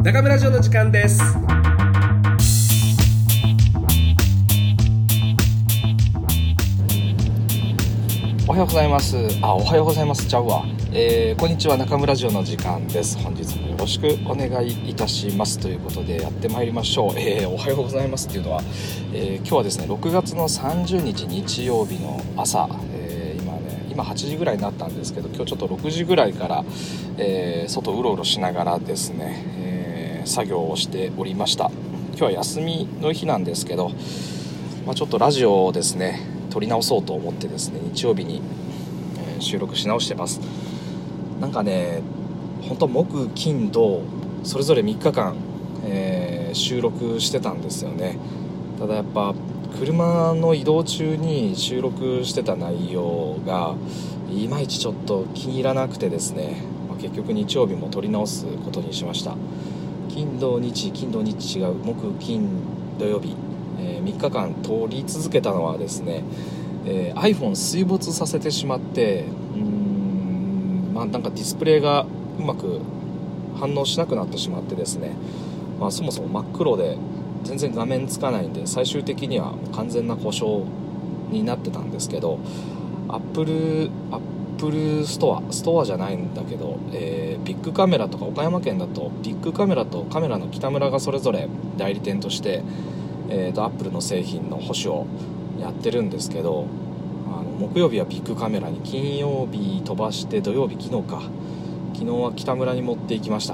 中村城の時間です。 おはようございます。おはようございますちゃうわ、こんにちは、中村城の時間です。本日もよろしくお願いいたしますということでやってまいりましょう。おはようございますっていうのは、今日はですね6月の30日日曜日の朝、今8時ぐらいになったんですけど、今日ちょっと6時ぐらいから、外うろうろしながらですね、作業をしておりました。今日は休みの日なんですけど、ちょっとラジオをですね撮り直そうと思ってですね、日曜日に、収録し直してます。なんかね、本当木金土それぞれ3日間、収録してたんですよね。ただやっぱ車の移動中に収録してた内容がいまいちちょっと気に入らなくてですね、結局日曜日も撮り直すことにしました。金土日違う、木金土曜日、3日間撮り続けたのはですね、iPhone 水没させてしまって、なんかディスプレイがうまく反応しなくなってしまってですね、そもそも真っ黒で全然画面つかないんで、最終的には完全な故障になってたんですけど、Apple ストアじゃないんだけど、ビッグカメラとか岡山県だとビッグカメラとカメラの北村がそれぞれ代理店として、Apple の製品の保守をやってるんですけど、木曜日はビッグカメラに、金曜日飛ばして土曜日、昨日は北村に持っていきました。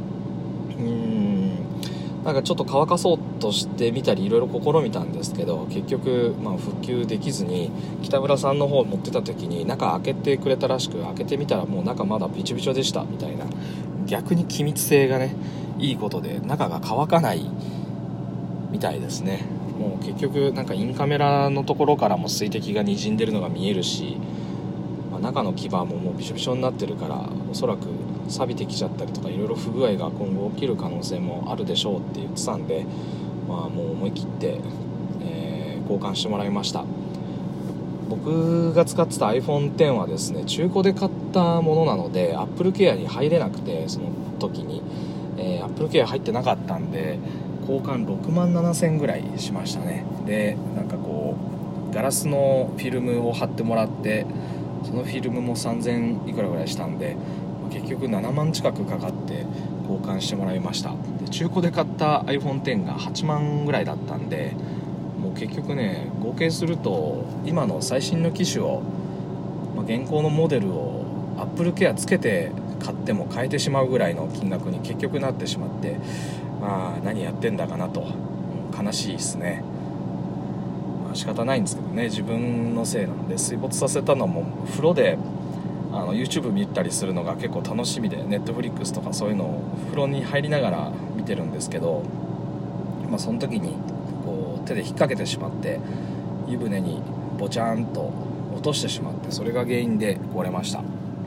なんかちょっと乾かそうとしてみたりいろいろ試みたんですけど、結局、復旧できずに、北村さんの方持ってた時に中開けてくれたらしく、開けてみたらもう中まだビチョビチョでしたみたいな、逆に気密性がねいいことで中が乾かないみたいですね。もう結局なんかインカメラのところからも水滴がにじんでるのが見えるし、中の基板ももうびしょびしょになってるから、おそらく錆びてきちゃったりとかいろいろ不具合が今後起きる可能性もあるでしょうって言ってたんで、もう思い切って、交換してもらいました。僕が使ってた iPhone X はですね、中古で買ったものなので Apple Care に入れなくて、その時に、Apple Care 入ってなかったんで交換6万7000円ぐらいしましたね。で、なんかこうガラスのフィルムを貼ってもらって、そのフィルムも3000いくらぐらいしたんで、結局7万近くかかって交換してもらいました。で、中古で買った iPhone X が8万ぐらいだったんで、もう結局ね、合計すると今の最新の機種を、現行のモデルを Apple Care つけて買っても買えてしまうぐらいの金額に結局なってしまって、何やってんだかなと、悲しいですね。仕方ないんですけどね、自分のせいなんで。水没させたのも風呂でYouTube 見たりするのが結構楽しみで、 Netflix とかそういうのを風呂に入りながら見てるんですけど、その時にこう手で引っ掛けてしまって湯船にボチャンと落としてしまって、それが原因で壊れました。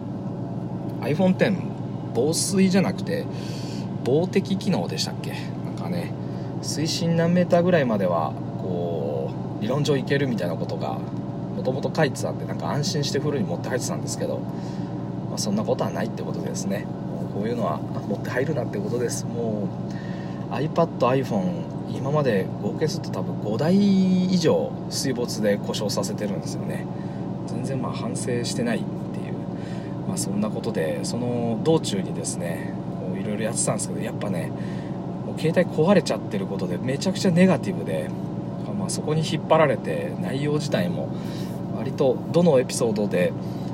iPhone X 防水じゃなくて防滴機能でしたっけ。なんかね、水深何メーターぐらいまではこう理論上いけるみたいなことがもともと書いてたんで、なんか安心して風呂に持って入ってたんですけど、そんなことはないってことですね。もうこういうのは持って入るなってことです。もう iPad、iPhone 今まで合計すると多分5台以上水没で故障させてるんですよね。全然反省してないっていう、そんなことで、その道中にですねいろいろやってたんですけど、やっぱね、もう携帯壊れちゃってることでめちゃくちゃネガティブで、そこに引っ張られて内容自体も割とどのエピソードで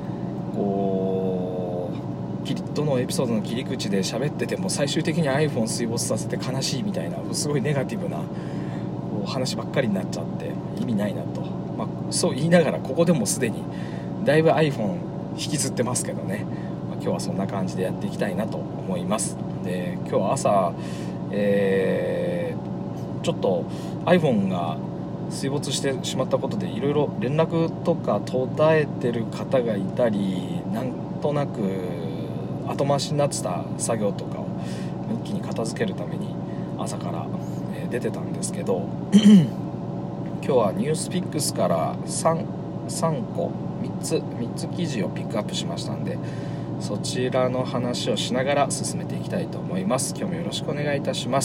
どのエピソードの切り口で喋ってても最終的に iPhone 水没させて悲しいみたいな、すごいネガティブな話ばっかりになっちゃって意味ないなと、そう言いながらここでもすでにだいぶ iPhone 引きずってますけどね、今日はそんな感じでやっていきたいなと思います。で、今日は朝、ちょっと iPhone が水没してしまったことでいろいろ連絡とか途絶えてる方がいたり、なんとなく後回しになってた作業とかを一気に片付けるために朝から、出てたんですけど今日はニュースピックスから3つ記事をピックアップしましたんで、 そちらの話をしながら進めていきたいと思います。今日もよろしくお願いいたします。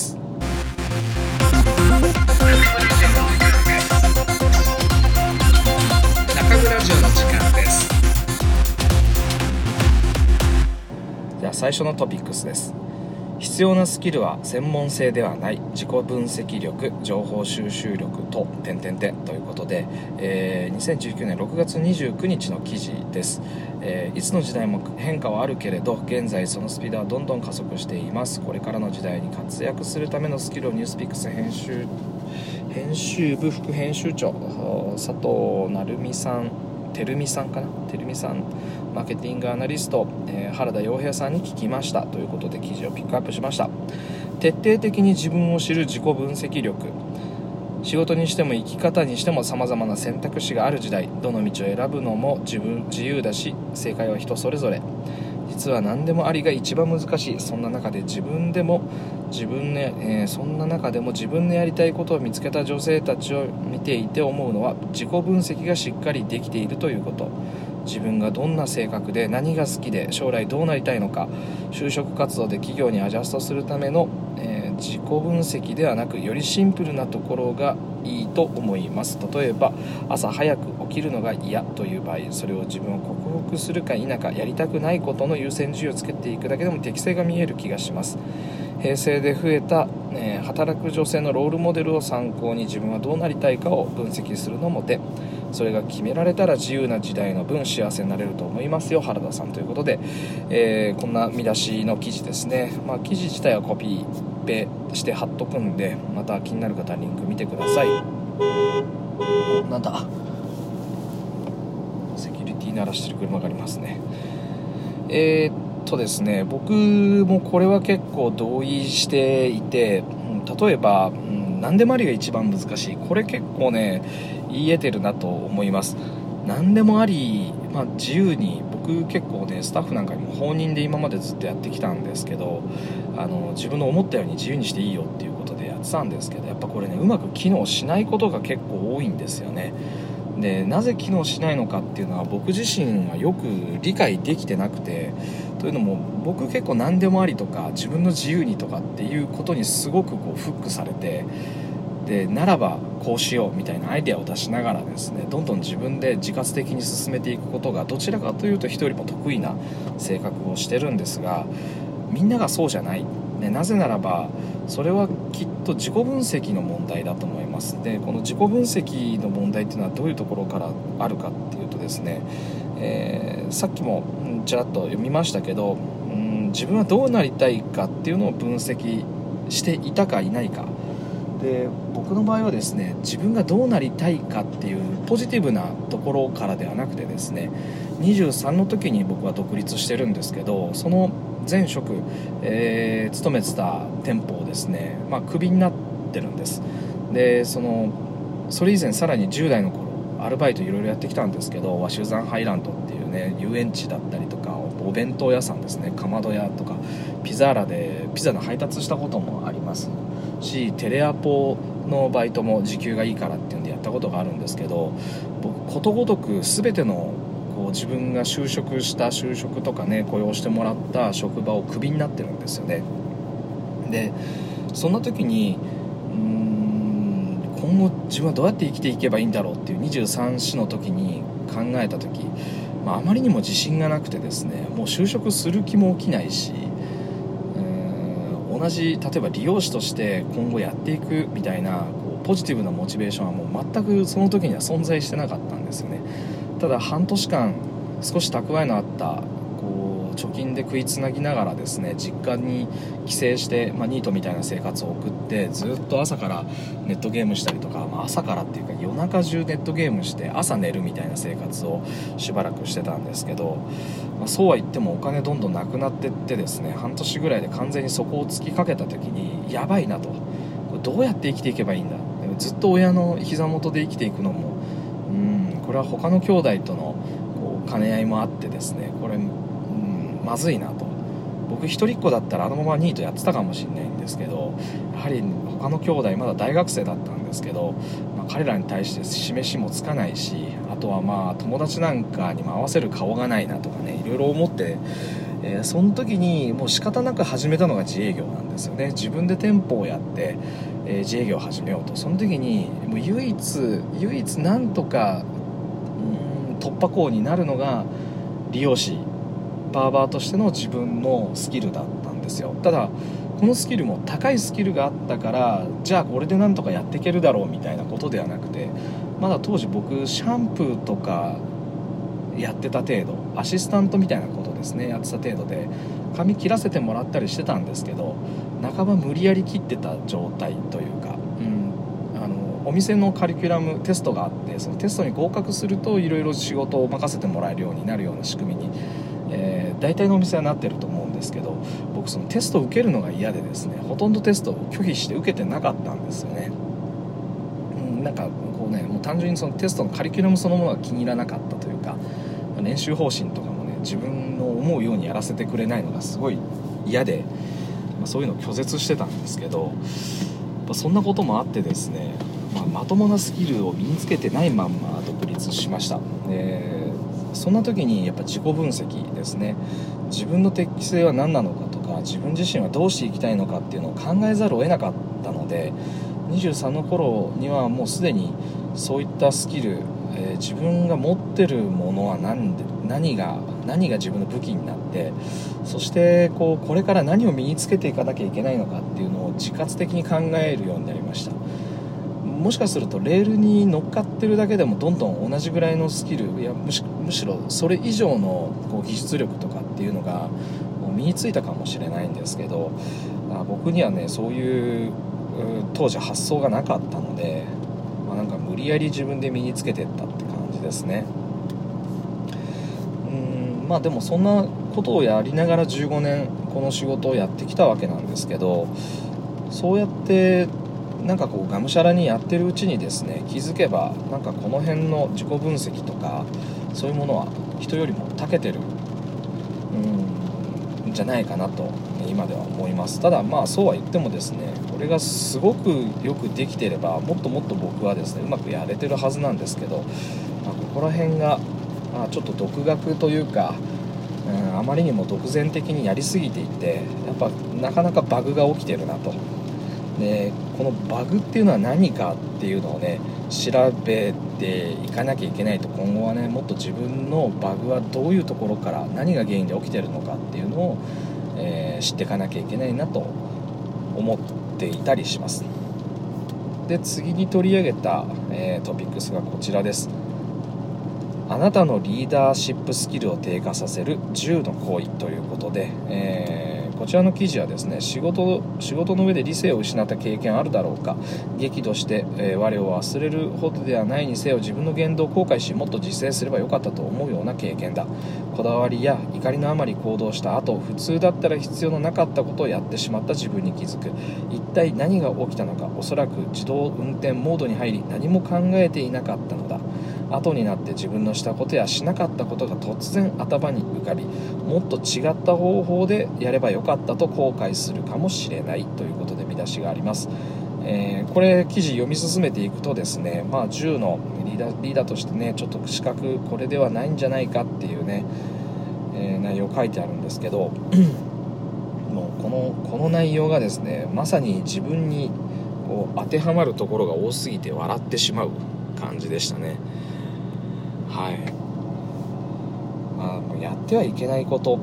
中村ラジオの時間です。では最初のトピックスです。必要なスキルは専門性ではない、自己分析力、情報収集力とということで、2019年6月29日の記事です。いつの時代も変化はあるけれど、現在そのスピードはどんどん加速しています。これからの時代に活躍するためのスキルをニュースピックス編集部副編集長佐藤成美さんマーケティングアナリスト、原田洋平さんに聞きましたということで記事をピックアップしました。徹底的に自分を知る自己分析力。仕事にしても生き方にしても様々な選択肢がある時代、どの道を選ぶのも自由だし、正解は人それぞれ。実は何でもありが一番難しい。そんな中で自分のやりたいことを見つけた女性たちを見ていて思うのは、自己分析がしっかりできているということ。自分がどんな性格で何が好きで将来どうなりたいのか、就職活動で企業にアジャストするための、自己分析ではなく、よりシンプルなところがいいと思います。例えば朝早く起きるのが嫌という場合、それを自分を克服するか否か、やりたくないことの優先順位をつけていくだけでも適性が見える気がします。平成で増えた、働く女性のロールモデルを参考に自分はどうなりたいかを分析するのも手。それが決められたら自由な時代の分幸せになれると思いますよ、原田さんということで、こんな見出しの記事ですね。記事自体はコピーペして貼っとくんで、また気になる方はリンク見てください。なんだ、セキュリティ鳴らしてる車がありますね。ですね、僕もこれは結構同意していて、例えば、何でもありが一番難しい。これ結構ね言えてるなと思います。何でもあり、自由に、僕結構ねスタッフなんかにも放任で今までずっとやってきたんですけど、自分の思ったように自由にしていいよっていうことでやってたんですけど、やっぱこれねうまく機能しないことが結構多いんですよね。で、なぜ機能しないのかっていうのは僕自身はよく理解できてなくて、というのも僕結構何でもありとか自分の自由にとかっていうことにすごくフックされて、でならばこうしようみたいなアイデアを出しながらですね、どんどん自分で自発的に進めていくことがどちらかというと人よりも得意な性格をしてるんですが、みんながそうじゃない、なぜならばそれはきっと自己分析の問題だと思います。で、この自己分析の問題っていうのはどういうところからあるかっていうとですね、さっきもちらっと読みましたけど、自分はどうなりたいかっていうのを分析していたかいないかで、僕の場合はですね、自分がどうなりたいかっていうポジティブなところからではなくてですね、23の時に僕は独立してるんですけど、その前職、勤めてた店舗をですね、クビになってるんです。で、それ以前さらに10代の頃アルバイトいろいろやってきたんですけど、鷲羽山ハイランドっていうね遊園地だったりとか、お弁当屋さんですね、かまど屋とかピザーラでピザの配達したこともありますし、テレアポのバイトも時給がいいからっていうんでやったことがあるんですけど、僕ことごとく全ての自分が就職とかね、雇用してもらった職場をクビになってるんですよね。で、そんな時に今後自分はどうやって生きていけばいいんだろうっていう23歳の時に考えた時、あまりにも自信がなくてですね、もう就職する気も起きないし、同じ例えば理容師として今後やっていくみたいなポジティブなモチベーションはもう全くその時には存在してなかったんですよね。ただ半年間少し蓄えのあった貯金で食いつなぎながらですね、実家に帰省して、ニートみたいな生活を送って、ずっと朝からネットゲームしたりとか、朝からっていうか夜中中ネットゲームして朝寝るみたいな生活をしばらくしてたんですけど、そうは言ってもお金どんどんなくなってってですね、半年ぐらいで完全に底を突きかけた時にやばいなと、どうやって生きていけばいいんだ、ずっと親の膝元で生きていくのもこれは他の兄弟との兼ね合いもあってですね、これまずいなと。僕一人っ子だったらあのままニートやってたかもしれないんですけど、やはり他の兄弟まだ大学生だったんですけど、彼らに対して示しもつかないし、あとは友達なんかにも合わせる顔がないなとかね、いろいろ思ってその時にもう仕方なく始めたのが自営業なんですよね。自分で店舗をやって、自営業を始めようと。その時にもう唯一なんとか突破口になるのが理容師バーバーとしての自分のスキルだったんですよ。ただこのスキルも高いスキルがあったから、じゃあこれでなんとかやっていけるだろうみたいなことではなくて、まだ当時僕シャンプーとかやってた程度、アシスタントみたいなことですね、やってた程度で髪切らせてもらったりしてたんですけど、半ば無理やり切ってた状態というか、お店のカリキュラムテストがあって、そのテストに合格するといろいろ仕事を任せてもらえるようになるような仕組みに、大体のお店はなってると思うんですけど、僕そのテストを受けるのが嫌でですね、ほとんどテストを拒否して受けてなかったんですよね。なんかこうね、もう単純にそのテストのカリキュラムそのものが気に入らなかったというか、練習方針とかもね、自分の思うようにやらせてくれないのがすごい嫌で、そういうのを拒絶してたんですけど、そんなこともあってですね、まともなスキルを身につけてないまんま独立しました。そんな時にやっぱ自己分析ですね。自分の適性は何なのかとか、自分自身はどうしていきたいのかっていうのを考えざるを得なかったので、23の頃にはもうすでにそういったスキル、自分が持ってるものは何が自分の武器になって、そしてこれから何を身につけていかなきゃいけないのかっていうのを自発的に考えるようになりました。もしかするとレールに乗っかってるだけでもどんどん同じぐらいのスキル、いやむしろそれ以上の技術力とかっていうのが身についたかもしれないんですけど、僕にはね、そういう当時発想がなかったので、なんか無理やり自分で身につけてったって感じですね。でもそんなことをやりながら15年この仕事をやってきたわけなんですけど、そうやってなんかがむしゃらにやってるうちにですね、気づけばなんかこの辺の自己分析とかそういうものは人よりも長けてるんじゃないかなと今では思います。ただそうは言ってもですね、これがすごくよくできていればもっともっと僕はですねうまくやれてるはずなんですけど、ここら辺がちょっと独学というか、あまりにも独善的にやりすぎていて、やっぱなかなかバグが起きてるなと。でこのバグっていうのは何かっていうのをね調べていかなきゃいけないと、今後はねもっと自分のバグはどういうところから何が原因で起きてるのかっていうのを、知っていかなきゃいけないなと思っていたりします。で次に取り上げた、トピックスがこちらです。あなたのリーダーシップスキルを低下させる10の行為ということで、こちらの記事はですね、仕事の上で理性を失った経験あるだろうか、激怒して、我を忘れるほどではないにせよ自分の言動を後悔しもっと自制すればよかったと思うような経験だ。こだわりや怒りのあまり行動した後、普通だったら必要のなかったことをやってしまった自分に気づく。一体何が起きたのか。おそらく自動運転モードに入り何も考えていなかったのだ。後になって自分のしたことやしなかったことが突然頭に浮かび、もっと違った方法でやればよかったと後悔するかもしれないということで見出しがあります。これ記事読み進めていくとですね、10のリーダーとしてねちょっと資格これではないんじゃないかっていうね、内容書いてあるんですけどもうこの内容がですね、まさに自分に当てはまるところが多すぎて笑ってしまう感じでしたね。はい。やってはいけないこと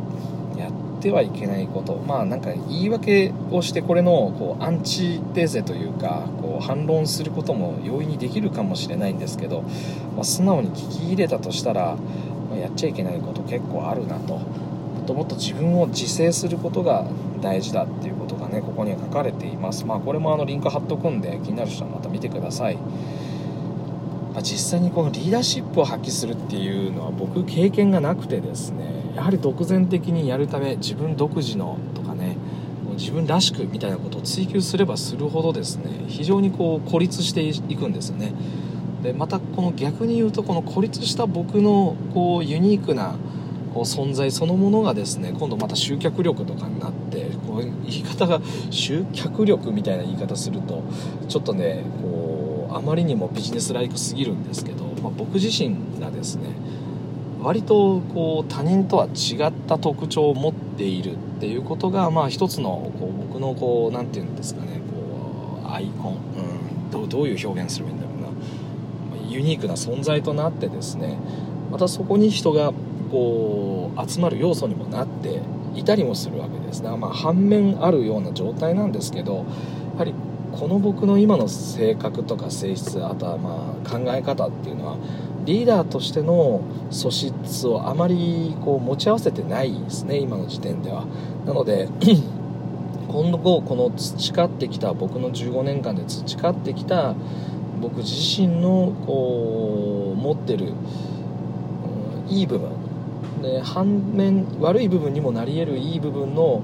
なんか言い訳をしてこれのアンチテーゼというか反論することも容易にできるかもしれないんですけど、素直に聞き入れたとしたら、やっちゃいけないこと結構あるなと、もっともっと自分を自制することが大事だっていうことがねここには書かれています。これもリンク貼っとくんで気になる人はまた見てください。実際にこのリーダーシップを発揮するっていうのは僕経験がなくてですね、やはり独善的にやるため自分独自のとかね自分らしくみたいなことを追求すればするほどですね、非常に孤立していくんですよね。でまたこの逆に言うとこの孤立した僕のユニークな存在そのものがですね今度また集客力とかになって、言い方が集客力みたいな言い方するとちょっとねあまりにもビジネスライクすぎるんですけど、僕自身がですね割とこう他人とは違った特徴を持っているっていうことが、一つのこう僕のこうなんていうんですかね、こうアイコン、どういう表現すればいいんだろうな、ユニークな存在となってですね、またそこに人がこう集まる要素にもなっていたりもするわけですね。反面あるような状態なんですけど、やはりこの僕の今の性格とか性質、あとは考え方っていうのはリーダーとしての素質をあまりこう持ち合わせてないですね、今の時点では。なので今後この培ってきた、僕の15年間で培ってきた僕自身のこう持ってる、いい部分で、反面悪い部分にもなり得るいい部分の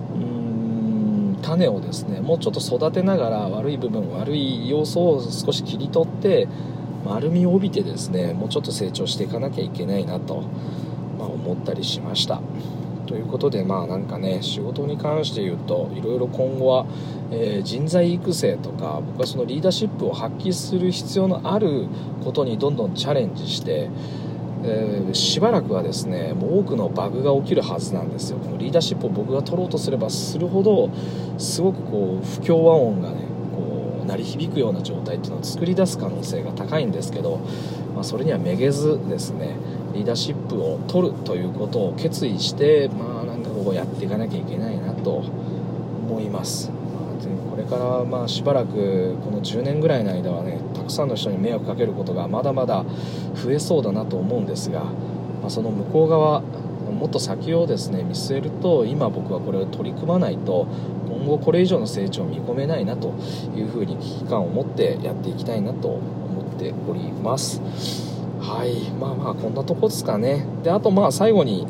種をですね、もうちょっと育てながら、悪い部分、悪い要素を少し切り取って丸みを帯びてですね、もうちょっと成長していかなきゃいけないなと、思ったりしました。ということでなんかね、仕事に関して言うといろいろ今後は、人材育成とか、僕はそのリーダーシップを発揮する必要のあることにどんどんチャレンジして、しばらくはですね、もう多くのバグが起きるはずなんですよ。このリーダーシップを僕が取ろうとすればするほど、すごくこう不協和音がねこう鳴り響くような状態っていうのを作り出す可能性が高いんですけど、それにはめげずですね、リーダーシップを取るということを決意して、なんかこうやっていかなきゃいけないなと思います。これからしばらくこの10年ぐらいの間はね、たくさんの人に迷惑かけることがまだまだ増えそうだなと思うんですが、その向こう側、もっと先をですね見据えると、今僕はこれを取り組まないと今後これ以上の成長を見込めないなというふうに危機感を持ってやっていきたいなと思っております。はい、こんなとこですかね。で、あと最後に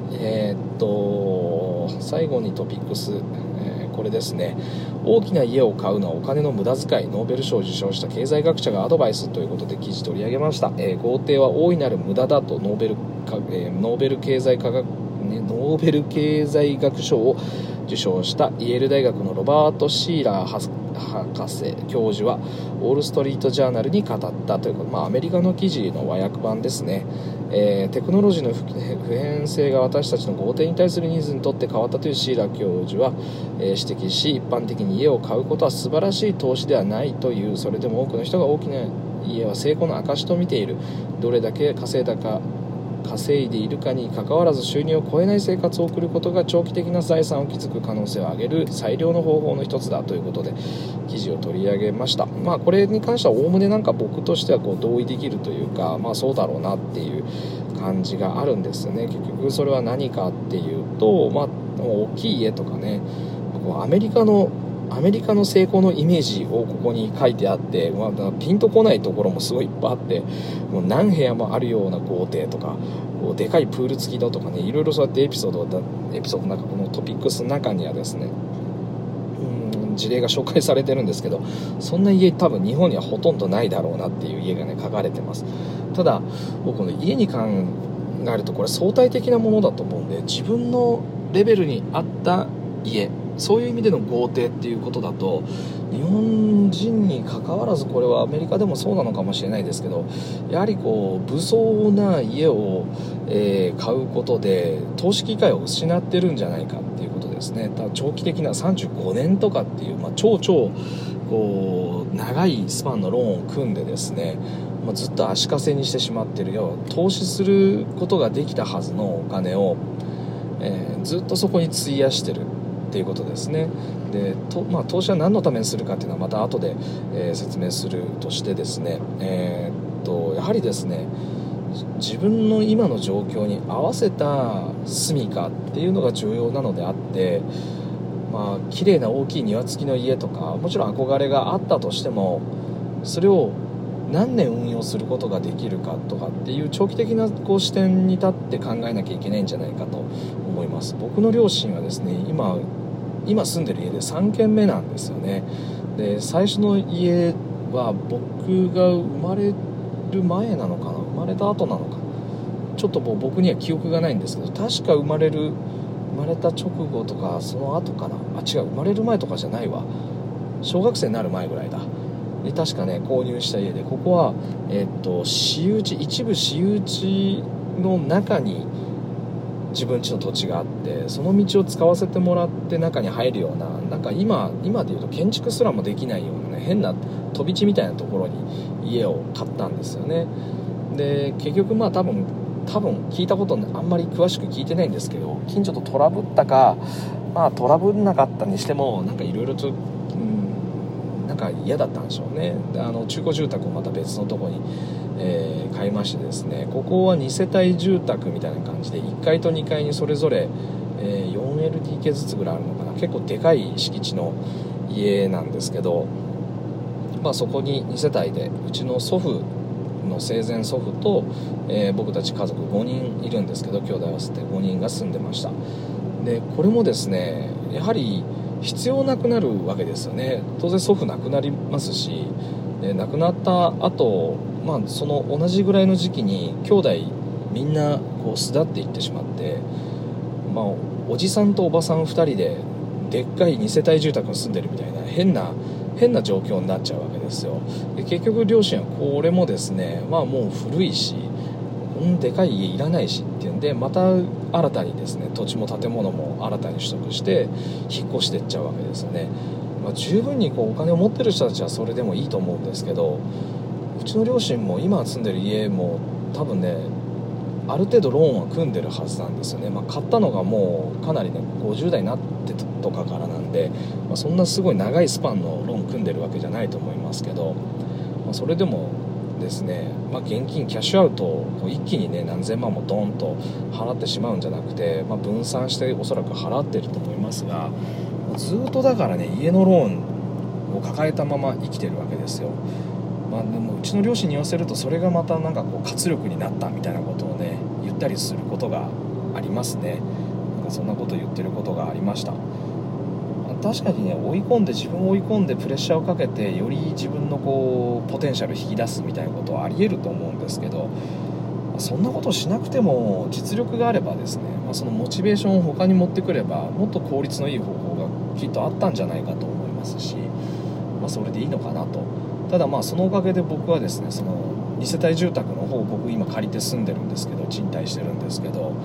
最後にトピックス、これですね。大きな家を買うのはお金の無駄遣い、ノーベル賞を受賞した経済学者がアドバイスということで記事取り上げました。豪邸は大いなる無駄だとノーベル経済学賞を受賞したイェール大学のロバート・シーラー博士教授はウォール・ストリート・ジャーナルに語ったということ、アメリカの記事の和訳版ですね。テクノロジーの普遍性が私たちの豪邸に対するニーズにとって変わったというシーラー教授は、指摘し、一般的に家を買うことは素晴らしい投資ではないという、それでも多くの人が大きな家は成功の証と見ている。どれだけ稼いでいるかに関わらず収入を超えない生活を送ることが長期的な財産を築く可能性を上げる最良の方法の一つだということで記事を取り上げました。これに関してはおおむね僕としては同意できるというか、そうだろうなっていう感じがあるんですよね。結局それは何かっていうと、大きい家とかね、アメリカの成功のイメージをここに書いてあって、ピンとこないところもすごいいっぱいあって、もう何部屋もあるような豪邸とか、でかいプール付きだとかね、いろいろそうやってエピソードなんかこのトピックスの中にはですね、事例が紹介されてるんですけど、そんな家多分日本にはほとんどないだろうなっていう家がね書かれてます。ただ僕この家に考えるとこれ相対的なものだと思うんで、自分のレベルに合った家、そういう意味での豪邸っていうことだと、日本人に関わらず、これはアメリカでもそうなのかもしれないですけど、やはり武装な家を、買うことで投資機会を失ってるんじゃないかっていうことですね。長期的な35年とかっていう、超長いスパンのローンを組んでですね、ずっと足かせにしてしまってるよ。投資することができたはずのお金を、ずっとそこに費やしてるっていうことですね。で投資は何のためにするかっていうのはまた後で、説明するとしてですね、やはりですね、自分の今の状況に合わせた住みかっていうのが重要なのであって、綺麗な大きい庭付きの家とか、もちろん憧れがあったとしても、それを何年運用することができるかとかっていう長期的な視点に立って考えなきゃいけないんじゃないかと思います。僕の両親はですね、今住んでる家で3軒目なんですよね。で、最初の家は僕が生まれる前なのかな、生まれた後なのか、ちょっともう僕には記憶がないんですけど、確か生まれた直後とかその後かな、違う、生まれる前とかじゃないわ、小学生になる前ぐらいだで確かね購入した家で、ここは一部私有地の中に自分家の土地があって、その道を使わせてもらって中に入るような、なんか今でいうと建築すらもできないようなね、変な飛び地みたいなところに家を買ったんですよね。で結局多分聞いたことあんまり詳しく聞いてないんですけど、近所とトラブったか、トラブんなかったにしてもなんかいろいろと、なんか嫌だったんでしょうね。で中古住宅をまた別のとこに、買いましてですね、ここは2世帯住宅みたいな感じで1階と2階にそれぞれ、4LDK ずつぐらいあるのかな。結構でかい敷地の家なんですけど、そこに2世帯でうちの祖父の生前祖父と、僕たち家族5人いるんですけど、兄弟合わせて5人が住んでました。でこれもですね、やはり必要なくなるわけですよね。当然祖父亡くなりますし、亡くなった後、その同じぐらいの時期に兄弟みんなこう巣立っていってしまって、おじさんとおばさん2人ででっかい2世帯住宅に住んでるみたいな変な状況になっちゃうわけですよ。で結局両親はこれもですね、もう古いしこんなでかい家いらないしっていうんで、また新たにですね土地も建物も新たに取得して引っ越していっちゃうわけですよね。十分にお金を持ってる人たちはそれでもいいと思うんですけど、うちの両親も今住んでる家も多分ねある程度ローンは組んでるはずなんですよね。買ったのがもうかなりね50代になってとかからなんで、そんなすごい長いスパンのローン組んでるわけじゃないと思いますけど、それでもですね、現金キャッシュアウトを一気にね何千万もドーンと払ってしまうんじゃなくて、分散しておそらく払ってると思いますが、ずっとだからね家のローンを抱えたまま生きてるわけですよ。でもうちの両親に言わせるとそれがまたなんか活力になったみたいなことをね言ったりすることがありますね。なんかそんなこと言ってることがありました。確かにね自分を追い込んでプレッシャーをかけてより自分のポテンシャルを引き出すみたいなことはあり得ると思うんですけど、そんなことをしなくても実力があればですね、そのモチベーションを他に持ってくればもっと効率のいい方法がきっとあったんじゃないかと思いますし、それでいいのかなと。ただそのおかげで僕はですね、その2世帯住宅の方を僕今借りて住んでるんですけど、賃貸してるんですけど、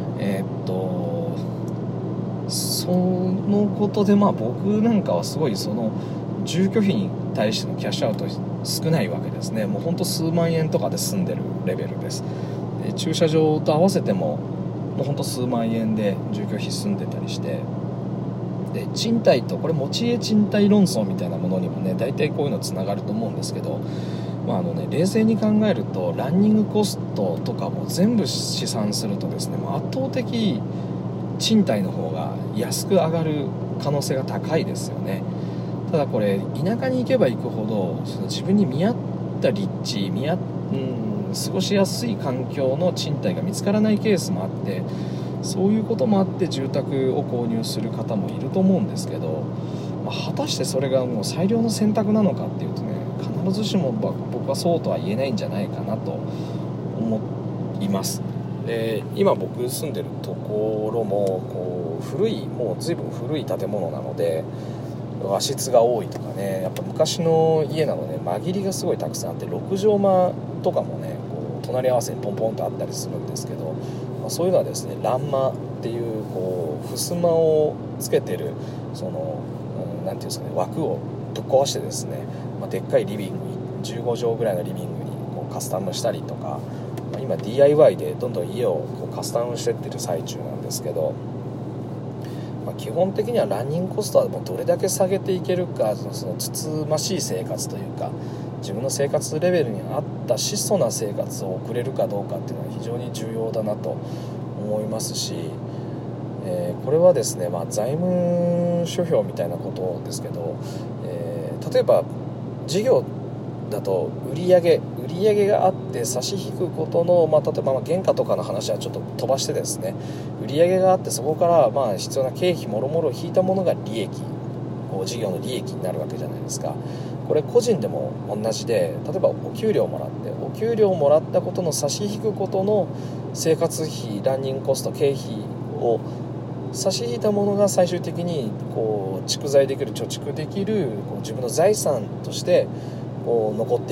そのことで僕なんかはすごいその住居費に対してのキャッシュアウト少ないわけですね。もうほんと数万円とかで住んでるレベルです。で駐車場と合わせてももうほんと数万円で住居費住んでたりして、で賃貸とこれ持ち家賃貸論争みたいなものにもね大体こういうのつながると思うんですけど、冷静に考えるとランニングコストとかも全部試算するとですね、圧倒的賃貸の方が安く上がる可能性が高いですよね。ただこれ田舎に行けば行くほどその自分に見合った立地過ごしやすい環境の賃貸が見つからないケースもあって、そういうこともあって住宅を購入する方もいると思うんですけど、果たしてそれがもう最良の選択なのかっていうとね、必ずしも僕はそうとは言えないんじゃないかなと思います。今僕住んでるところももう随分古い建物なので和室が多いとかね、やっぱ昔の家なので間切りがすごいたくさんあって、6畳間とかもね隣り合わせにポンポンとあったりするんですけど、そういうのはですね欄間っていう襖をつけてるそのなんていうんですかね、枠をぶっ壊してですね、でっかいリビングに15畳ぐらいのリビングにカスタムしたりとか、今 DIY でどんどん家をカスタムしてってる最中なんですけど、基本的にはランニングコストはもうどれだけ下げていけるか、そのつつましい生活というか自分の生活レベルに合った質素な生活を送れるかどうかっていうのは非常に重要だなと思いますし、これはですね、財務諸表みたいなことですけど、例えば事業だと売上があって差し引くことの、例えば原価とかの話はちょっと飛ばしてですね、売上があってそこから必要な経費もろもろを引いたものが利益、事業の利益になるわけじゃないですか。これ個人でも同じで、例えばお給料をもらったことの差し引くことの生活費、ランニングコスト、経費を差し引いたものが最終的に蓄財できる、貯蓄できる自分の財産として残っていくもの、こ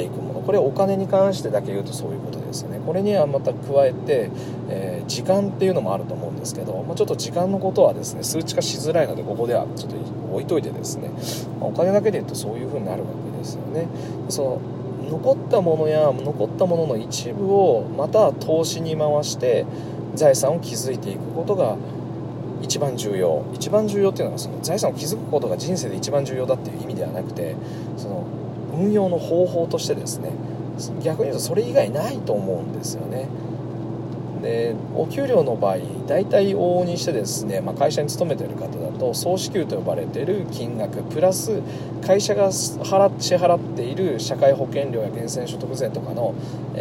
これお金に関してだけ言うとそういうことですよね。これにはまた加えて、時間っていうのもあると思うんですけど、ちょっと時間のことはですね数値化しづらいのでここではちょっと置いといてですね、お金だけで言うとそういう風になるわけですよね。その残ったものや残ったものの一部をまた投資に回して財産を築いていくことが一番重要っていうのは、その財産を築くことが人生で一番重要だっていう意味ではなくて、その運用の方法としてですね、逆に言うとそれ以外ないと思うんですよね。でお給料の場合大体往々にしてですね、会社に勤めている方だと総支給と呼ばれている金額プラス会社が支払っている社会保険料や源泉所得税とかの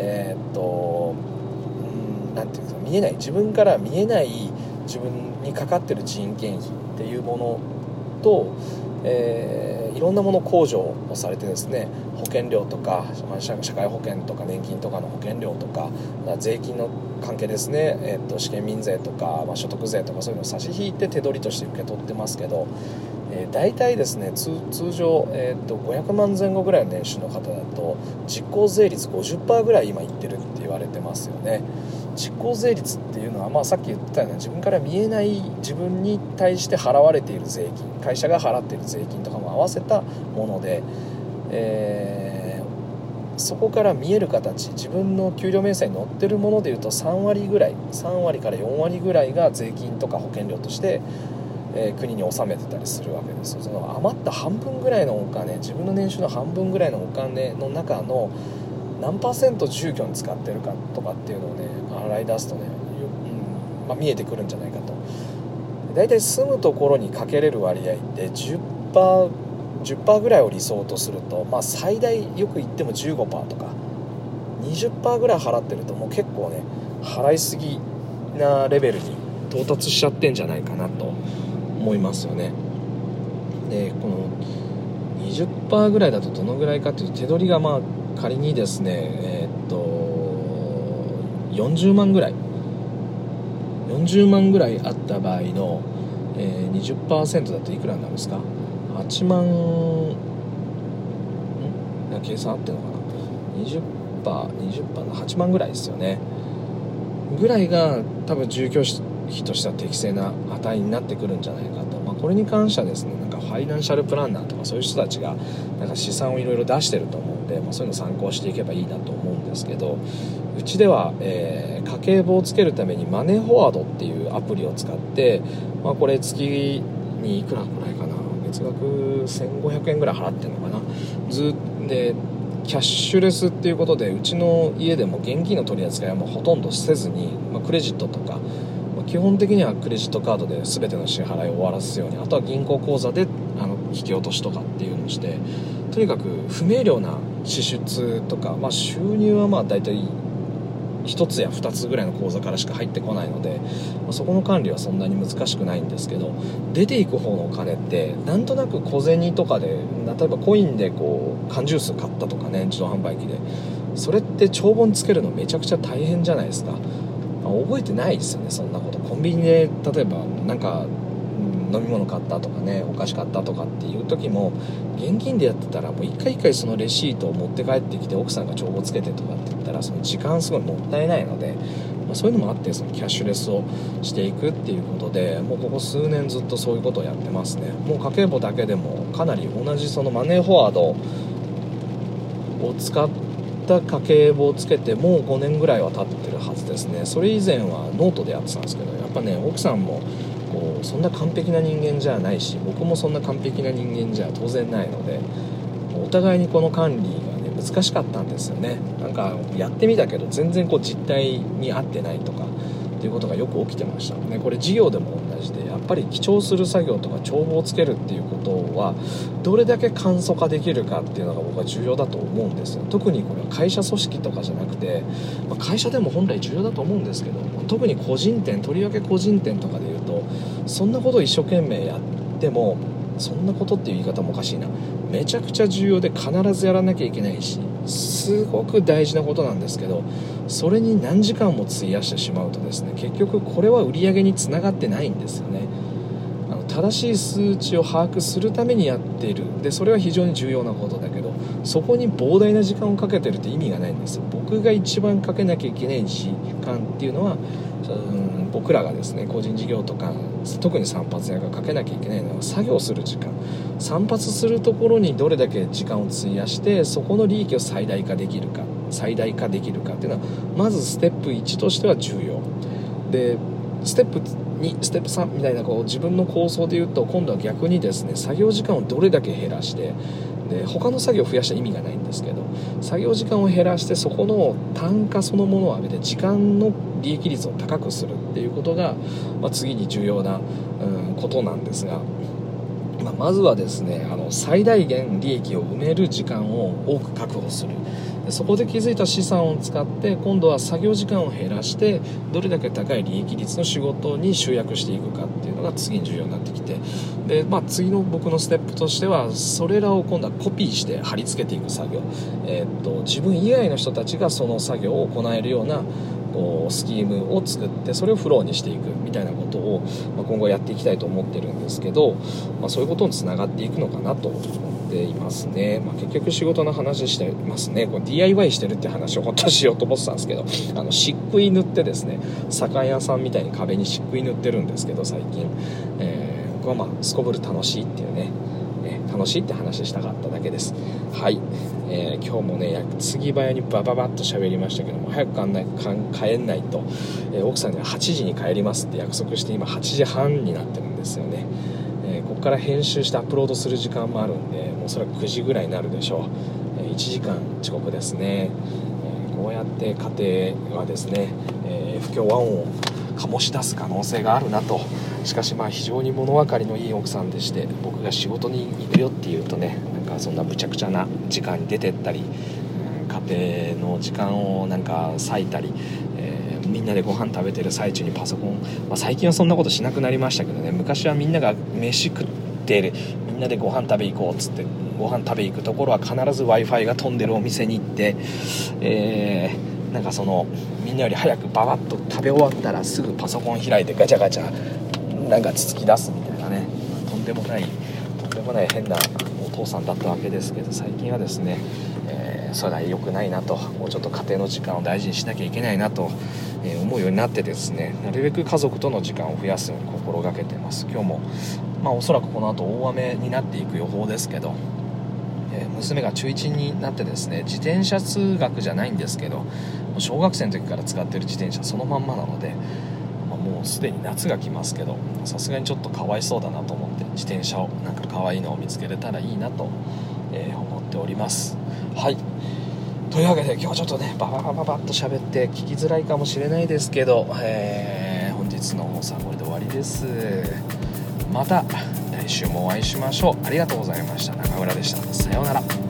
なんていうか見えない、自分から見えない自分にかかっている人件費っていうものと、いろんなもの控除をされてですね、保険料とか社会保険とか年金とかの保険料とか税金の関係ですね、試験民税とか、所得税とかそういうのを差し引いて手取りとして受け取ってますけど、大体ですね通常、500万前後ぐらいの年収の方だと実効税率 50% ぐらい今いってるって言われてますよね。実効税率っていうのは、さっき言ったような自分から見えない自分に対して払われている税金、会社が払っている税金とかも合わせたもので、そこから見える形、自分の給料明細に載ってるものでいうと3割から4割ぐらいが税金とか保険料として、国に納めてたりするわけですよ。その余った半分ぐらいのお金、自分の年収の半分ぐらいのお金の中の何%住居に使ってるかとかっていうのをね洗い出すとね、見えてくるんじゃないかと。だいたい住むところにかけれる割合って 10% ぐらいを理想とすると、最大よく言っても 15% とか 20% ぐらい払ってるともう結構ね払いすぎなレベルに到達しちゃってんじゃないかなと思いますよね。でこの 20% ぐらいだとどのぐらいかというと、手取りが仮にですね40万ぐらいあった場合の、20% だといくらになるんですか。8万計算合ってるのかな。 20% の8万ぐらいですよね。ぐらいが多分住居費としては適正な値になってくるんじゃないかと。これに関してはですね、ファイナンシャルプランナーとかそういう人たちが試算をいろいろ出してると思うんで、そういうのを参考していけばいいなと思うんですけど、うちでは、家計簿をつけるためにマネーフォワードっていうアプリを使って、これ月にいくらくらいかな、月額1500円ぐらい払ってるのかな。でキャッシュレスっていうことで、うちの家でも現金の取り扱いはもうほとんどせずに、クレジットとか基本的にはクレジットカードで全ての支払いを終わらすように、あとは銀行口座で引き落としとかっていうのをして、とにかく不明瞭な支出とか、収入はだいたい1つや2つぐらいの口座からしか入ってこないので、そこの管理はそんなに難しくないんですけど、出ていく方のお金ってなんとなく小銭とかで、例えばコインで缶ジュース買ったとかね、自動販売機で、それって帳簿につけるのめちゃくちゃ大変じゃないですか。覚えてないですよね、そんなこと。コンビニで例えば飲み物買ったとかね、お菓子買ったとかっていう時も現金でやってたら、もう一回一回そのレシートを持って帰ってきて奥さんが帳簿つけてとかって言ったら、その時間すごいもったいないので、そういうのもあって、そのキャッシュレスをしていくっていうことで、もうここ数年ずっとそういうことをやってますね。もう家計簿だけでもかなり同じそのマネーフォワードを使った家計簿をつけてもう5年ぐらいは経ってるはずですね。それ以前はノートでやってたんですけど、やっぱね奥さんもそんな完璧な人間じゃないし、僕もそんな完璧な人間じゃ当然ないので、お互いにこの管理がね難しかったんですよね。やってみたけど全然実態に合ってないとかっていうことがよく起きてましたね。これ事業でも同じで、やっぱり記帳する作業とか帳簿をつけるっていうことはどれだけ簡素化できるかっていうのが僕は重要だと思うんですよ。特にこれは会社組織とかじゃなくて、会社でも本来重要だと思うんですけど、特に個人店、とりわけ個人店とかでいうと、そんなことを一生懸命やっても、そんなことっていう言い方もおかしいな、めちゃくちゃ重要で必ずやらなきゃいけないし、すごく大事なことなんですけど、それに何時間も費やしてしまうとですね、結局これは売り上げにつながってないんですよね。正しい数値を把握するためにやっている。でそれは非常に重要なことだけど、 そこに膨大な時間をかけてるって意味がないんです。僕が一番かけなきゃいけない時間っていうのは、僕らがですね個人事業とか特に散髪屋がかけなきゃいけないのは作業する時間、散髪するところにどれだけ時間を費やしてそこの利益を最大化できるかっていうのはまずステップ1としては重要で、ステップ2ステップ3みたいな自分の構想で言うと、今度は逆にですね作業時間をどれだけ減らして、で他の作業を増やした意味がないんですけど、作業時間を減らしてそこの単価そのものを上げて時間の利益率を高くするっていうことが、次に重要な、ことなんですが、まずはですね最大限利益を埋める時間を多く確保する。でそこで築いた資産を使って今度は作業時間を減らしてどれだけ高い利益率の仕事に集約していくかっていうのが次に重要になってきて、で、次の僕のステップとしてはそれらを今度はコピーして貼り付けていく作業、自分以外の人たちがその作業を行えるようなスキームを作ってそれをフローにしていくみたいなことを、今後やっていきたいと思ってるんですけど、そういうことにつながっていくのかなと思っていますね。結局仕事の話してますね。これ DIY してるって話を本当はしようと思ってたんですけど、漆喰塗ってですね酒屋さんみたいに壁に漆喰塗ってるんですけど最近、僕はすこぶる楽しいっていうね、楽しいって話したかっただけです。はい、今日もね継ぎ早にバババッと喋りましたけども、早く帰んないと、奥さんには8時に帰りますって約束して今8時半になってるんですよね。ここから編集してアップロードする時間もあるんで、もうそれは9時ぐらいになるでしょう。1時間遅刻ですね。こうやって家庭はですね、不協和音を醸し出す可能性があるなと。しかし非常に物分かりのいい奥さんでして、僕が仕事に行くよっていうとねそんな無茶苦茶な時間に出てったり、家庭の時間を割いたり、みんなでご飯食べてる最中にパソコン、最近はそんなことしなくなりましたけどね、昔はみんなが飯食ってみんなでご飯食べ行こうっつってご飯食べ行くところは必ず Wi-Fi が飛んでるお店に行って、みんなより早くババッと食べ終わったらすぐパソコン開いてガチャガチャつつき出すみたいなね、とんでもない変なお父さんだったわけですけど、最近はですね、それは良くないなと、もうちょっと家庭の時間を大事にしなきゃいけないなと、思うようになってですね、なるべく家族との時間を増やすように心がけてます。今日もおそらくこの後大雨になっていく予報ですけど、娘が中1になってですね、自転車通学じゃないんですけど小学生の時から使ってる自転車そのまんまなので、もうすでに夏が来ますけど、さすがにちょっとかわいそうだなと思って自転車を可愛いのを見つけれたらいいなと、思っております。はい、というわけで今日はちょっとねババッと喋って聞きづらいかもしれないですけど、本日の放送はこれで終わりです。また来週もお会いしましょう。ありがとうございました。中村でした。さようなら。